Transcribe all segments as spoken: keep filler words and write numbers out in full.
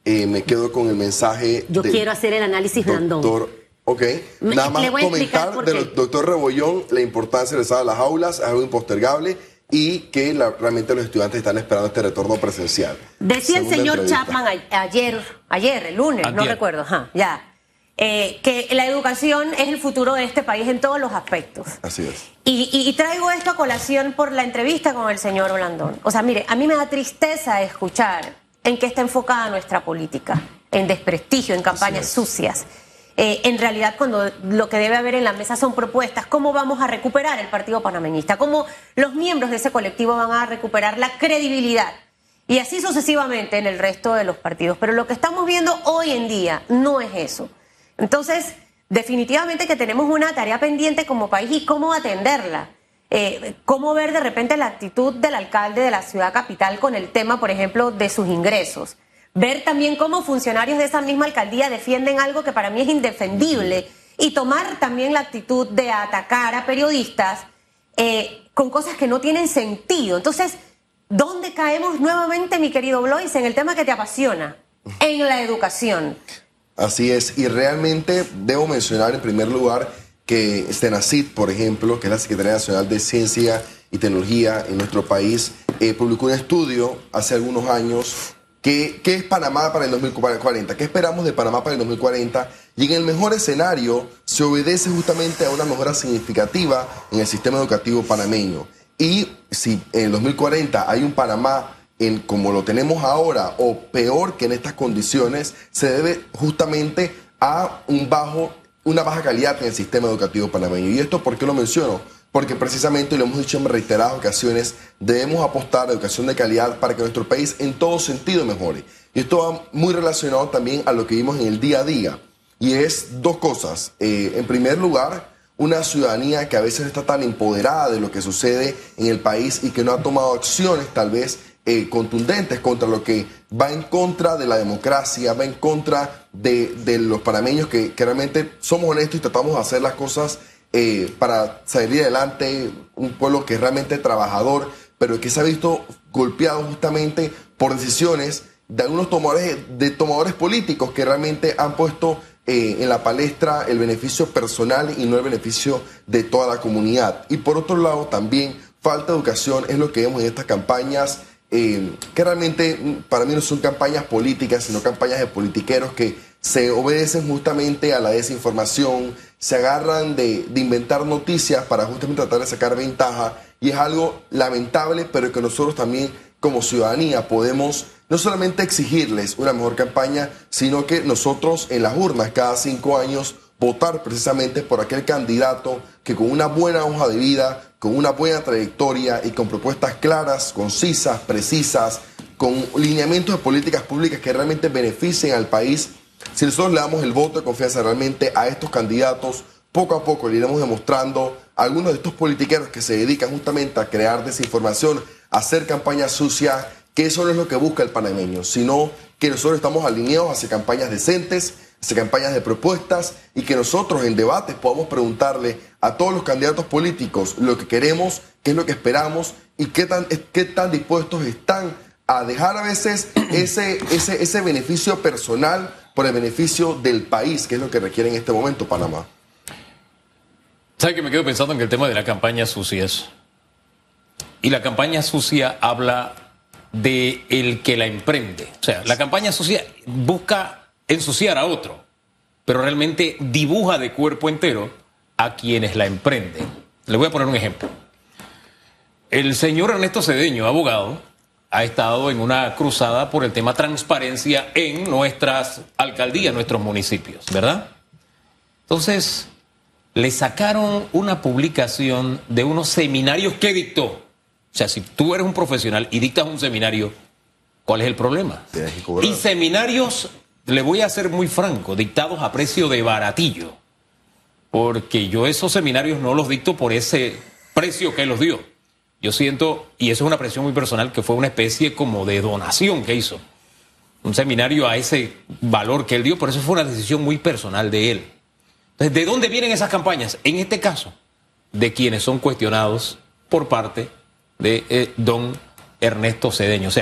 eh, me quedo con el mensaje. Yo quiero hacer el análisis Blandón. Doctor, ok, Me, nada más comentar del doctor Rebollón la importancia de regresar a las aulas, es algo impostergable y que la, realmente los estudiantes están esperando este retorno presencial. Decía Segunda el señor entrevista. Chapman a, ayer, ayer, el lunes, Antier. no recuerdo, ajá, ya, eh, que la educación es el futuro de este país en todos los aspectos. Así es. Y, y, y traigo esto a colación por la entrevista con el señor Blandón. O sea, mire, a mí me da tristeza escuchar en qué está enfocada nuestra política, en desprestigio, en campañas sucias. Eh, en realidad, cuando lo que debe haber en la mesa son propuestas, ¿cómo vamos a recuperar el Partido Panameñista? ¿Cómo los miembros de ese colectivo van a recuperar la credibilidad? Y así sucesivamente en el resto de los partidos. Pero lo que estamos viendo hoy en día no es eso. Entonces, definitivamente que tenemos una tarea pendiente como país y cómo atenderla. Eh, cómo ver de repente la actitud del alcalde de la ciudad capital con el tema, por ejemplo, de sus ingresos. Ver también cómo funcionarios de esa misma alcaldía defienden algo que para mí es indefendible y tomar también la actitud de atacar a periodistas eh, con cosas que no tienen sentido. Entonces, ¿dónde caemos nuevamente, mi querido Blois, en el tema que te apasiona? En la educación. Así es, y realmente debo mencionar en primer lugar que Senacid, por ejemplo, que es la Secretaría Nacional de Ciencia y Tecnología en nuestro país, eh, publicó un estudio hace algunos años. ¿Qué, ¿Qué es Panamá para el dos mil cuarenta? ¿Qué esperamos de Panamá para el dos mil cuarenta? Y en el mejor escenario se obedece justamente a una mejora significativa en el sistema educativo panameño. Y si en el dos mil cuarenta hay un Panamá en, como lo tenemos ahora o peor que en estas condiciones, se debe justamente a un bajo, una baja calidad en el sistema educativo panameño. ¿Y esto por qué lo menciono? Porque precisamente, y lo hemos dicho en reiteradas ocasiones, debemos apostar a educación de calidad para que nuestro país en todo sentido mejore. Y esto va muy relacionado también a lo que vimos en el día a día. Y es dos cosas. Eh, en primer lugar, una ciudadanía que a veces está tan empoderada de lo que sucede en el país y que no ha tomado acciones tal vez eh, contundentes contra lo que va en contra de la democracia, va en contra de, de los panameños que, que realmente somos honestos y tratamos de hacer las cosas Eh, para salir adelante, un pueblo que es realmente trabajador, pero que se ha visto golpeado justamente por decisiones de algunos tomadores, de tomadores políticos que realmente han puesto eh, en la palestra el beneficio personal y no el beneficio de toda la comunidad. Y por otro lado, también falta de educación es lo que vemos en estas campañas, eh, que realmente para mí no son campañas políticas, sino campañas de politiqueros que se obedecen justamente a la desinformación, se agarran de, de inventar noticias para justamente tratar de sacar ventaja, y es algo lamentable, pero que nosotros también como ciudadanía podemos no solamente exigirles una mejor campaña, sino que nosotros en las urnas cada cinco años votar precisamente por aquel candidato que con una buena hoja de vida, con una buena trayectoria y con propuestas claras, concisas, precisas, con lineamientos de políticas públicas que realmente beneficien al país. Si nosotros le damos el voto de confianza realmente a estos candidatos, poco a poco le iremos demostrando a algunos de estos politiqueros que se dedican justamente a crear desinformación, a hacer campañas sucias, que eso no es lo que busca el panameño, sino que nosotros estamos alineados hacia campañas decentes, hacia campañas de propuestas, y que nosotros en debates podamos preguntarle a todos los candidatos políticos lo que queremos, qué es lo que esperamos y qué tan, qué tan dispuestos están a dejar a veces ese, ese, ese beneficio personal por el beneficio del país, que es lo que requiere en este momento Panamá. ¿Sabe que me quedo pensando en el tema de la campaña sucias? Y la campaña sucia habla de el que la emprende. O sea, la campaña sucia busca ensuciar a otro, pero realmente dibuja de cuerpo entero a quienes la emprenden. Le voy a poner un ejemplo. El señor Ernesto Cedeño, abogado, ha estado en una cruzada por el tema transparencia en nuestras alcaldías, nuestros municipios, ¿verdad? Entonces, le sacaron una publicación de unos seminarios que dictó. O sea, si tú eres un profesional y dictas un seminario, ¿cuál es el problema? Y seminarios, le voy a ser muy franco, dictados a precio de baratillo, porque yo esos seminarios no los dicto por ese precio que él los dio. Yo siento, y eso es una presión muy personal, que fue una especie como de donación que hizo. Un seminario a ese valor que él dio, por eso fue una decisión muy personal de él. Entonces, ¿de dónde vienen esas campañas? En este caso, de quienes son cuestionados por parte de eh, don Ernesto Cedeño. O sea,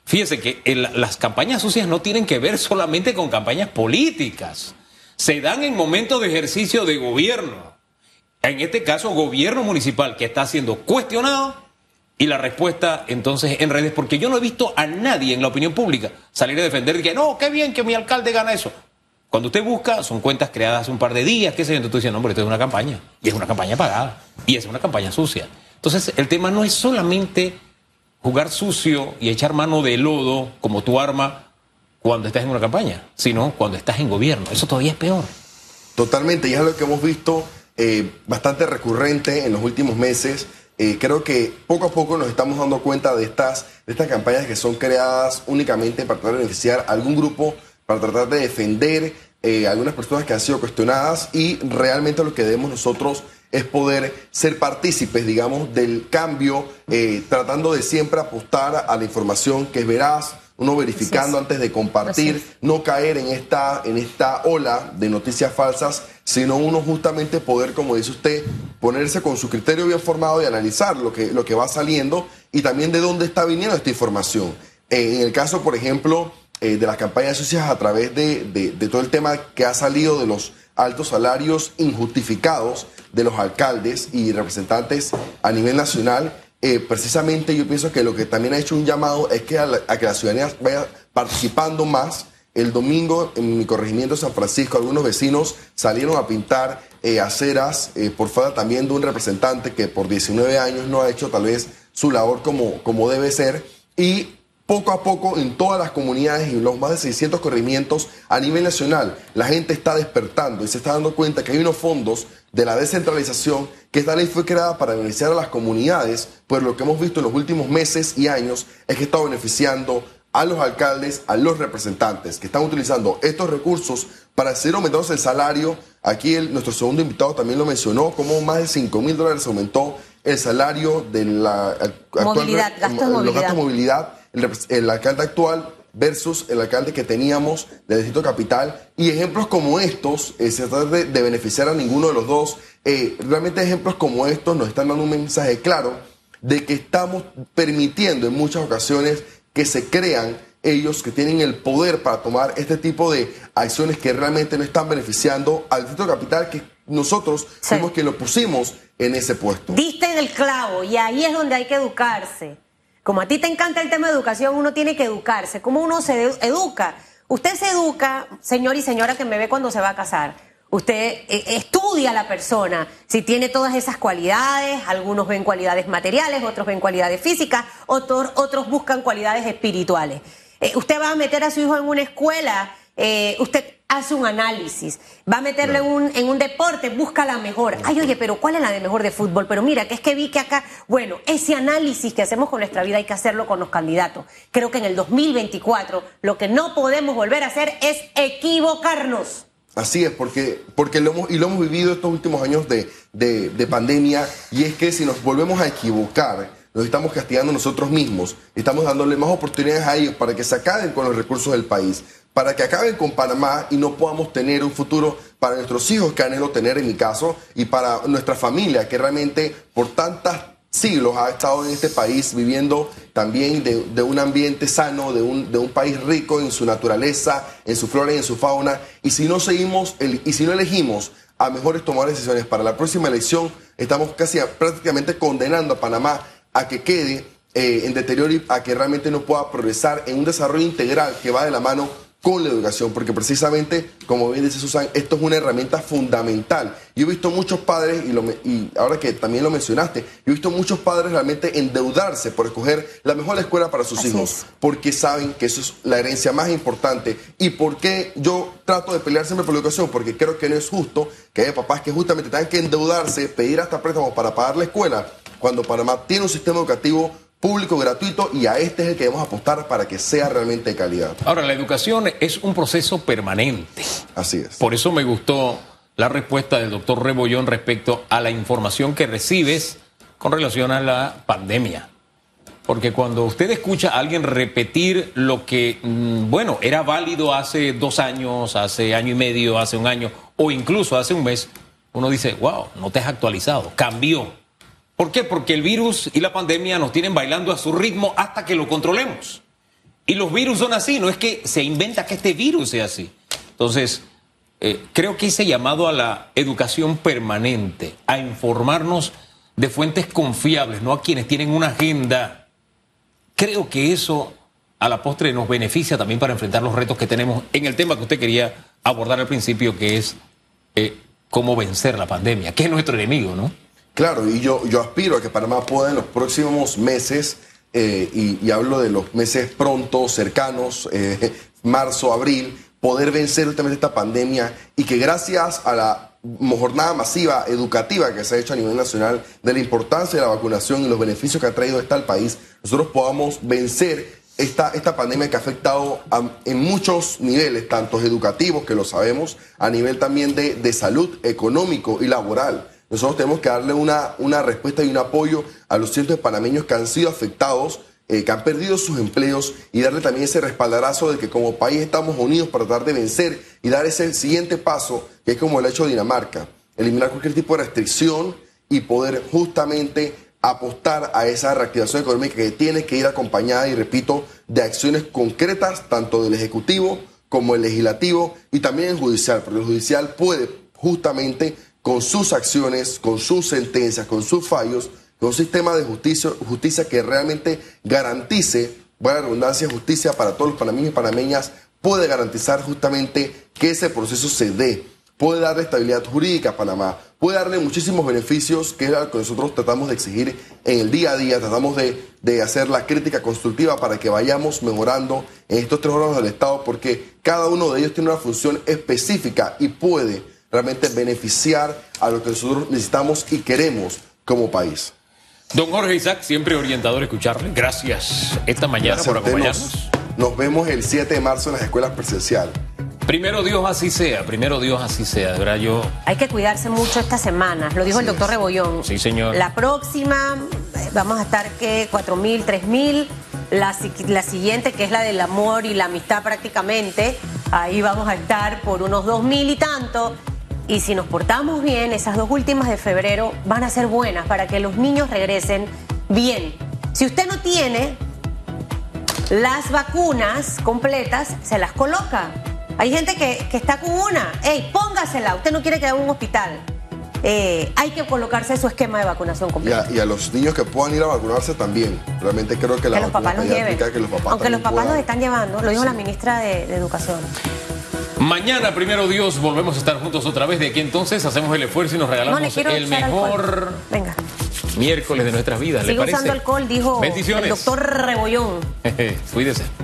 fíjese que el, las campañas sucias no tienen que ver solamente con campañas políticas. Se dan en momentos de ejercicio de gobierno. En este caso, gobierno municipal que está siendo cuestionado y la respuesta entonces en redes, porque yo no he visto a nadie en la opinión pública salir a defender y que no, qué bien que mi alcalde gana eso. Cuando usted busca, son cuentas creadas hace un par de días, qué sé yo, entonces tú dices, no, hombre, esto es una campaña, y es una campaña pagada, y es una campaña sucia. Entonces, el tema no es solamente jugar sucio y echar mano de lodo como tu arma cuando estás en una campaña, sino cuando estás en gobierno. Eso todavía es peor. Totalmente, y es algo que hemos visto eh, bastante recurrente en los últimos meses. Eh, creo que poco a poco nos estamos dando cuenta de estas, de estas campañas que son creadas únicamente para tratar de beneficiar a algún grupo, para tratar de defender eh, a algunas personas que han sido cuestionadas, y realmente lo que debemos nosotros es poder ser partícipes, digamos, del cambio, eh, tratando de siempre apostar a la información que es veraz, uno verificando antes de compartir, no caer en esta, en esta ola de noticias falsas, sino uno justamente poder, como dice usted, ponerse con su criterio bien formado y analizar lo que, lo que va saliendo y también de dónde está viniendo esta información. Eh, en el caso, por ejemplo, eh, de las campañas sucias a través de, de, de todo el tema que ha salido de los altos salarios injustificados de los alcaldes y representantes a nivel nacional, eh, precisamente yo pienso que lo que también ha hecho un llamado es que a, la, a que la ciudadanía vaya participando más. El domingo en mi corregimiento de San Francisco algunos vecinos salieron a pintar eh, aceras eh, por falta también de un representante que por diecinueve años no ha hecho tal vez su labor como, como debe ser, y poco a poco en todas las comunidades y los más de seiscientos corregimientos a nivel nacional, la gente está despertando y se está dando cuenta que hay unos fondos de la descentralización, que esta ley fue creada para beneficiar a las comunidades, pues lo que hemos visto en los últimos meses y años es que está beneficiando a los alcaldes, a los representantes, que están utilizando estos recursos para seguir aumentando el salario. Aquí el, nuestro segundo invitado también lo mencionó, como más de cinco mil dólares aumentó el salario de la actual, movilidad, gastos de movilidad. Los gastos de movilidad. El, el alcalde actual versus el alcalde que teníamos del Distrito Capital, y ejemplos como estos, eh, se trata de, de beneficiar a ninguno de los dos. Eh, realmente ejemplos como estos nos están dando un mensaje claro de que estamos permitiendo en muchas ocasiones que se crean ellos que tienen el poder para tomar este tipo de acciones que realmente no están beneficiando al Distrito Capital, que nosotros sí fuimos quien lo pusimos en ese puesto. Diste en el clavo, y ahí es donde hay que educarse. Como a ti te encanta el tema de educación, uno tiene que educarse. ¿Cómo uno se educa? Usted se educa, señor y señora que me ve cuando se va a casar. Usted eh, estudia a la persona, si tiene todas esas cualidades. Algunos ven cualidades materiales, otros ven cualidades físicas, otros, otros buscan cualidades espirituales. Eh, usted va a meter a su hijo en una escuela, eh, usted hace un análisis, va a meterlo en un, en un deporte, busca la mejor. Ay, oye, pero ¿cuál es la de mejor de fútbol? Pero mira, que es que vi que acá, bueno, ese análisis que hacemos con nuestra vida hay que hacerlo con los candidatos. Creo que en el dos mil veinticuatro lo que no podemos volver a hacer es equivocarnos. Así es, porque, porque lo hemos, y lo hemos vivido estos últimos años de, de, de pandemia, y es que si nos volvemos a equivocar, nos estamos castigando nosotros mismos, estamos dándole más oportunidades a ellos para que se acaben con los recursos del país, para que acaben con Panamá y no podamos tener un futuro para nuestros hijos, que anhelo tener en mi caso, y para nuestra familia, que realmente por tantos siglos ha estado en este país viviendo también de, de un ambiente sano, de un, de un país rico en su naturaleza, en su flora y en su fauna. Y si no seguimos, el, y si no elegimos a mejores tomar decisiones para la próxima elección, estamos casi a, prácticamente condenando a Panamá a que quede eh, en deterioro y a que realmente no pueda progresar en un desarrollo integral que va de la mano con la educación, porque precisamente, como bien dice Susan, esto es una herramienta fundamental. Yo he visto muchos padres, y, lo, y ahora que también lo mencionaste, yo he visto muchos padres realmente endeudarse por escoger la mejor escuela para sus Así hijos, es. porque saben que eso es la herencia más importante. ¿Y por qué yo trato de pelear siempre por la educación? Porque creo que no es justo que haya papás que justamente tengan que endeudarse, pedir hasta préstamos para pagar la escuela, cuando Panamá tiene un sistema educativo público, gratuito, y a este es el que debemos apostar para que sea realmente de calidad. Ahora, la educación es un proceso permanente. Así es. Por eso me gustó la respuesta del doctor Rebollón respecto a la información que recibes con relación a la pandemia. Porque cuando usted escucha a alguien repetir lo que, bueno, era válido hace dos años, hace año y medio, hace un año, o incluso hace un mes, uno dice, wow, no te has actualizado, cambió. ¿Por qué? Porque el virus y la pandemia nos tienen bailando a su ritmo hasta que lo controlemos. Y los virus son así, no es que se inventa que este virus sea así. Entonces, eh, creo que ese llamado a la educación permanente, a informarnos de fuentes confiables, no a quienes tienen una agenda, creo que eso a la postre nos beneficia también para enfrentar los retos que tenemos en el tema que usted quería abordar al principio, que es eh, cómo vencer la pandemia, que es nuestro enemigo, ¿no? Claro, y yo, yo aspiro a que Panamá pueda en los próximos meses, eh, y, y hablo de los meses prontos, cercanos, eh, marzo, abril, poder vencer justamente esta pandemia y que gracias a la jornada masiva educativa que se ha hecho a nivel nacional de la importancia de la vacunación y los beneficios que ha traído esta al país, nosotros podamos vencer esta, esta pandemia que ha afectado a, en muchos niveles, tanto educativos, que lo sabemos, a nivel también de, de salud, económico y laboral. Nosotros tenemos que darle una, una respuesta y un apoyo a los cientos de panameños que han sido afectados, eh, que han perdido sus empleos, y darle también ese respaldarazo de que como país estamos unidos para tratar de vencer y dar ese siguiente paso, que es como el hecho de Dinamarca, eliminar cualquier tipo de restricción y poder justamente apostar a esa reactivación económica que tiene que ir acompañada, y repito, de acciones concretas, tanto del Ejecutivo como el Legislativo y también el Judicial, porque el Judicial puede justamente con sus acciones, con sus sentencias, con sus fallos, con un sistema de justicia, justicia que realmente garantice, buena redundancia, justicia para todos los panameños y panameñas, puede garantizar justamente que ese proceso se dé, puede darle estabilidad jurídica a Panamá, puede darle muchísimos beneficios, que es lo que nosotros tratamos de exigir en el día a día, tratamos de, de hacer la crítica constructiva para que vayamos mejorando en estos tres órganos del Estado, porque cada uno de ellos tiene una función específica y puede realmente beneficiar a lo que nosotros necesitamos y queremos como país. Don Jorge Isaac, siempre orientador escucharle. Gracias esta mañana Gracias por a usted. acompañarnos. Nos, nos vemos el siete de marzo en las escuelas presenciales. Primero Dios así sea, primero Dios así sea, de verdad yo... Hay que cuidarse mucho estas semanas, lo dijo Así el doctor es. Rebollón. Sí, señor. La próxima eh, vamos a estar, ¿qué? cuatro mil, tres mil. La, si- la siguiente, que es la del amor y la amistad prácticamente, ahí vamos a estar por unos dos mil y tanto. Y si nos portamos bien, esas dos últimas de febrero van a ser buenas para que los niños regresen bien. Si usted no tiene las vacunas completas, se las coloca. Hay gente que, que está con una. ¡Ey, póngasela! Usted no quiere quedar en un hospital. Eh, hay que colocarse su esquema de vacunación Y completo. a, y a los niños que puedan ir a vacunarse también. Realmente creo que la Que los papás los vacuna lleven. pediátrica, que los papás Aunque los también papás los puedan. están llevando, lo dijo Sí. la ministra de, de Educación. Mañana, primero Dios, volvemos a estar juntos otra vez. De aquí entonces hacemos el esfuerzo y nos No le regalamos quiero el echar mejor alcohol. Venga. miércoles de nuestras vidas, ¿le Sigue parece? usando alcohol, dijo Bendiciones. el doctor Rebollón. Cuídese.